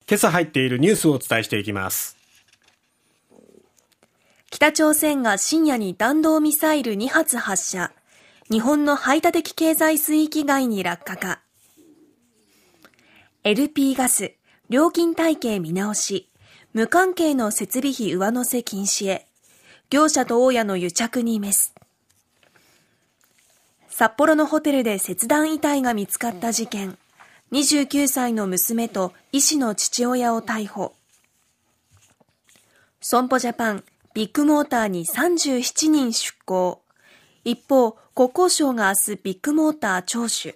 今朝入っているニュースをお伝えしていきます。 北朝鮮が深夜に弾道ミサイル2発発射。日本の排他的経済水域外に落下か。LP ガス、料金体系見直し。無関係の設備費上乗せ禁止へ。業者と大家の癒着にメス。札幌のホテルで切断遺体が見つかった事件。29歳の娘と医師の父親を逮捕。損保ジャパン、ビッグモーターに37人出向。一方、国交省が明日ビッグモーター聴取。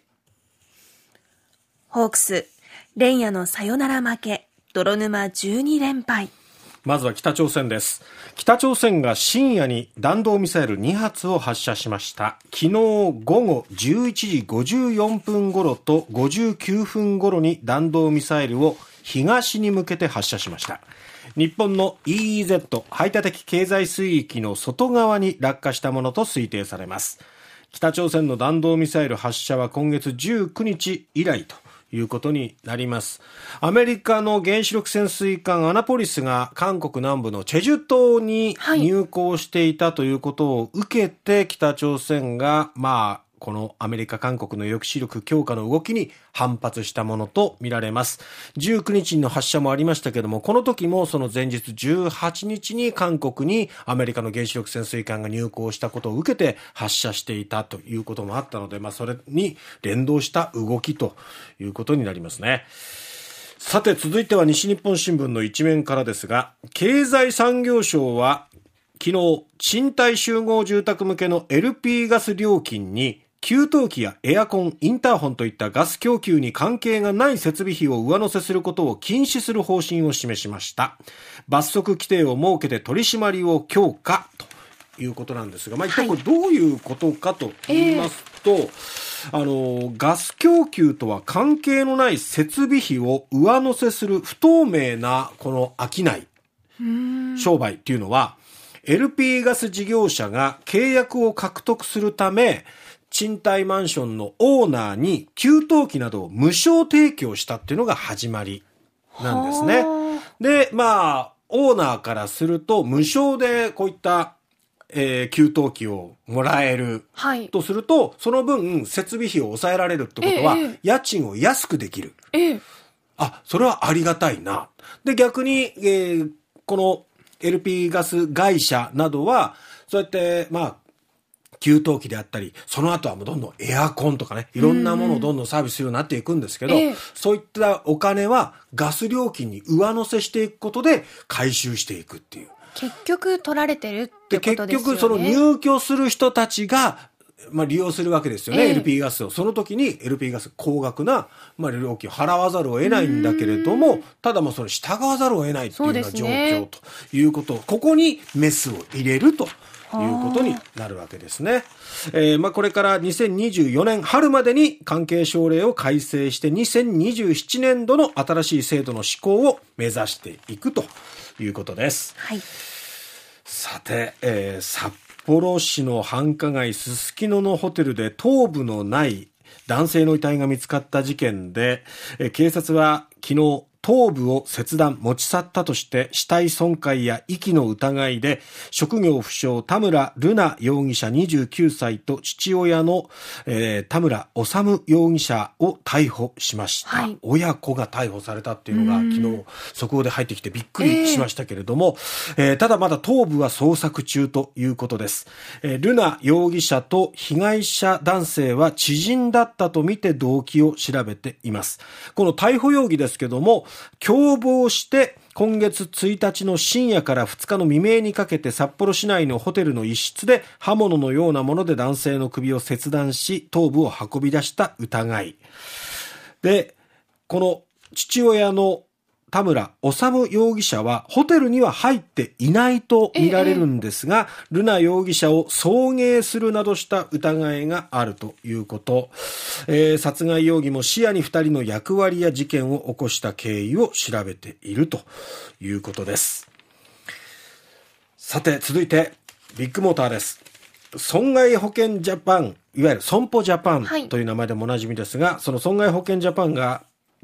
ホークス、連夜のサヨナラ負け、泥沼12連敗。 まずは北朝鮮です。北朝鮮が深夜に弾道ミサイル2発を発射しました。昨日午後11時54分頃と59分頃に弾道ミサイルを東に向けて発射しました。日本の EEZ 排他的経済水域の外側に落下したものと推定されます。北朝鮮の弾道ミサイル発射は今月19日以来ということになります。アメリカの原子力潜水艦アナポリスが韓国南部のチェジュ島に入港していたということを受けて、北朝鮮がこのアメリカ韓国の抑止力強化の動きに反発したものとみられます。19日の発射もありましたけれども、この時もその前日18日に韓国にアメリカの原子力潜水艦が入港したことを受けて発射していたということもあったので、それに連動した動きということになりますね。さて続いては西日本新聞の一面からですが、経済産業省は昨日賃貸集合住宅向けの LP ガス料金に給湯器やエアコン、インターホンといったガス供給に関係がない設備費を上乗せすることを禁止する方針を示しました。罰則規定を設けて取り締まりを強化ということなんですが、一体これどういうことかと言いますと、ガス供給とは関係のない設備費を上乗せする不透明なこの商い、商売っていうのは、LP ガス事業者が契約を獲得するため、賃貸マンションのオーナーに給湯器などを無償提供したっていうのが始まりなんですね。で、オーナーからすると無償でこういった給湯器をもらえる、とすると、その分設備費を抑えられるってことは、家賃を安くできる。それはありがたいな。で、逆に、この LP ガス会社などは、そうやって、給湯器であったり、その後はもうどんどんエアコンとかね、いろんなものをどんどんサービスするようになっていくんですけど、そういったお金はガス料金に上乗せしていくことで回収していくっていう。 結局取られてるってことですよね。 結局その入居する人たちが、利用するわけですよね、LP ガスを。その時に LP ガス高額な、料金を払わざるを得ないんだけれども、ただそれ従わざるを得ないっていうような状況ということ、ここにメスを入れるということになるわけですね。これから2024年春までに関係省令を改正して2027年度の新しい制度の施行を目指していくということです。さて、札幌市の繁華街すすきののホテルで頭部のない男性の遺体が見つかった事件で、警察は昨日頭部を切断、持ち去ったとして死体損壊や遺棄の疑いで職業不詳田村瑠奈容疑者29歳と父親の、田村修容疑者を逮捕しました。親子が逮捕されたっていうのが昨日速報で入ってきてびっくりしましたけれども、ただまだ頭部は捜索中ということです。瑠奈容疑者と被害者男性は知人だったとみて動機を調べています。この逮捕容疑ですけども、共謀して今月1日の深夜から2日の未明にかけて札幌市内のホテルの一室で刃物のようなもので男性の首を切断し頭部を運び出した疑いで、この父親の田村修容疑者はホテルには入っていないと見られるんですが、瑠奈容疑者を送迎するなどした疑いがあるということ、殺害容疑も視野に2人の役割や事件を起こした経緯を調べているということです。さて続いてビッグモーターです。損害保険ジャパン、いわゆる損保ジャパンという名前でもおなじみですが、その損害保険ジャパンが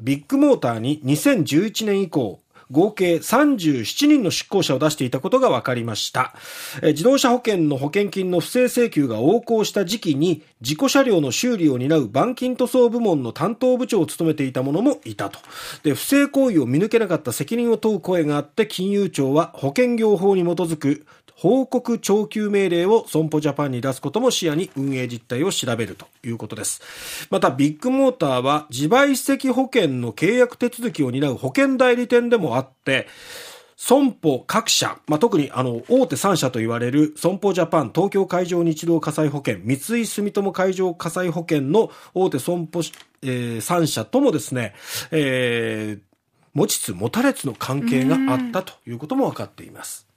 ビッグモーターに2011年以降、合計37人の出向者を出していたことが分かりました。自動車保険の保険金の不正請求が横行した時期に、事故車両の修理を担う板金塗装部門の担当部長を務めていた者もいたと。で、不正行為を見抜けなかった責任を問う声があって、金融庁は保険業法に基づく報告徴求命令を損保ジャパンに出すことも視野に運営実態を調べるということです。またビッグモーターは自賠責保険の契約手続きを担う保険代理店でもあって、損保各社、特に大手3社と言われる損保ジャパン、東京海上日動火災保険、三井住友海上火災保険の大手損保、3社ともですね、持ちつ持たれつの関係があったということも分かっています。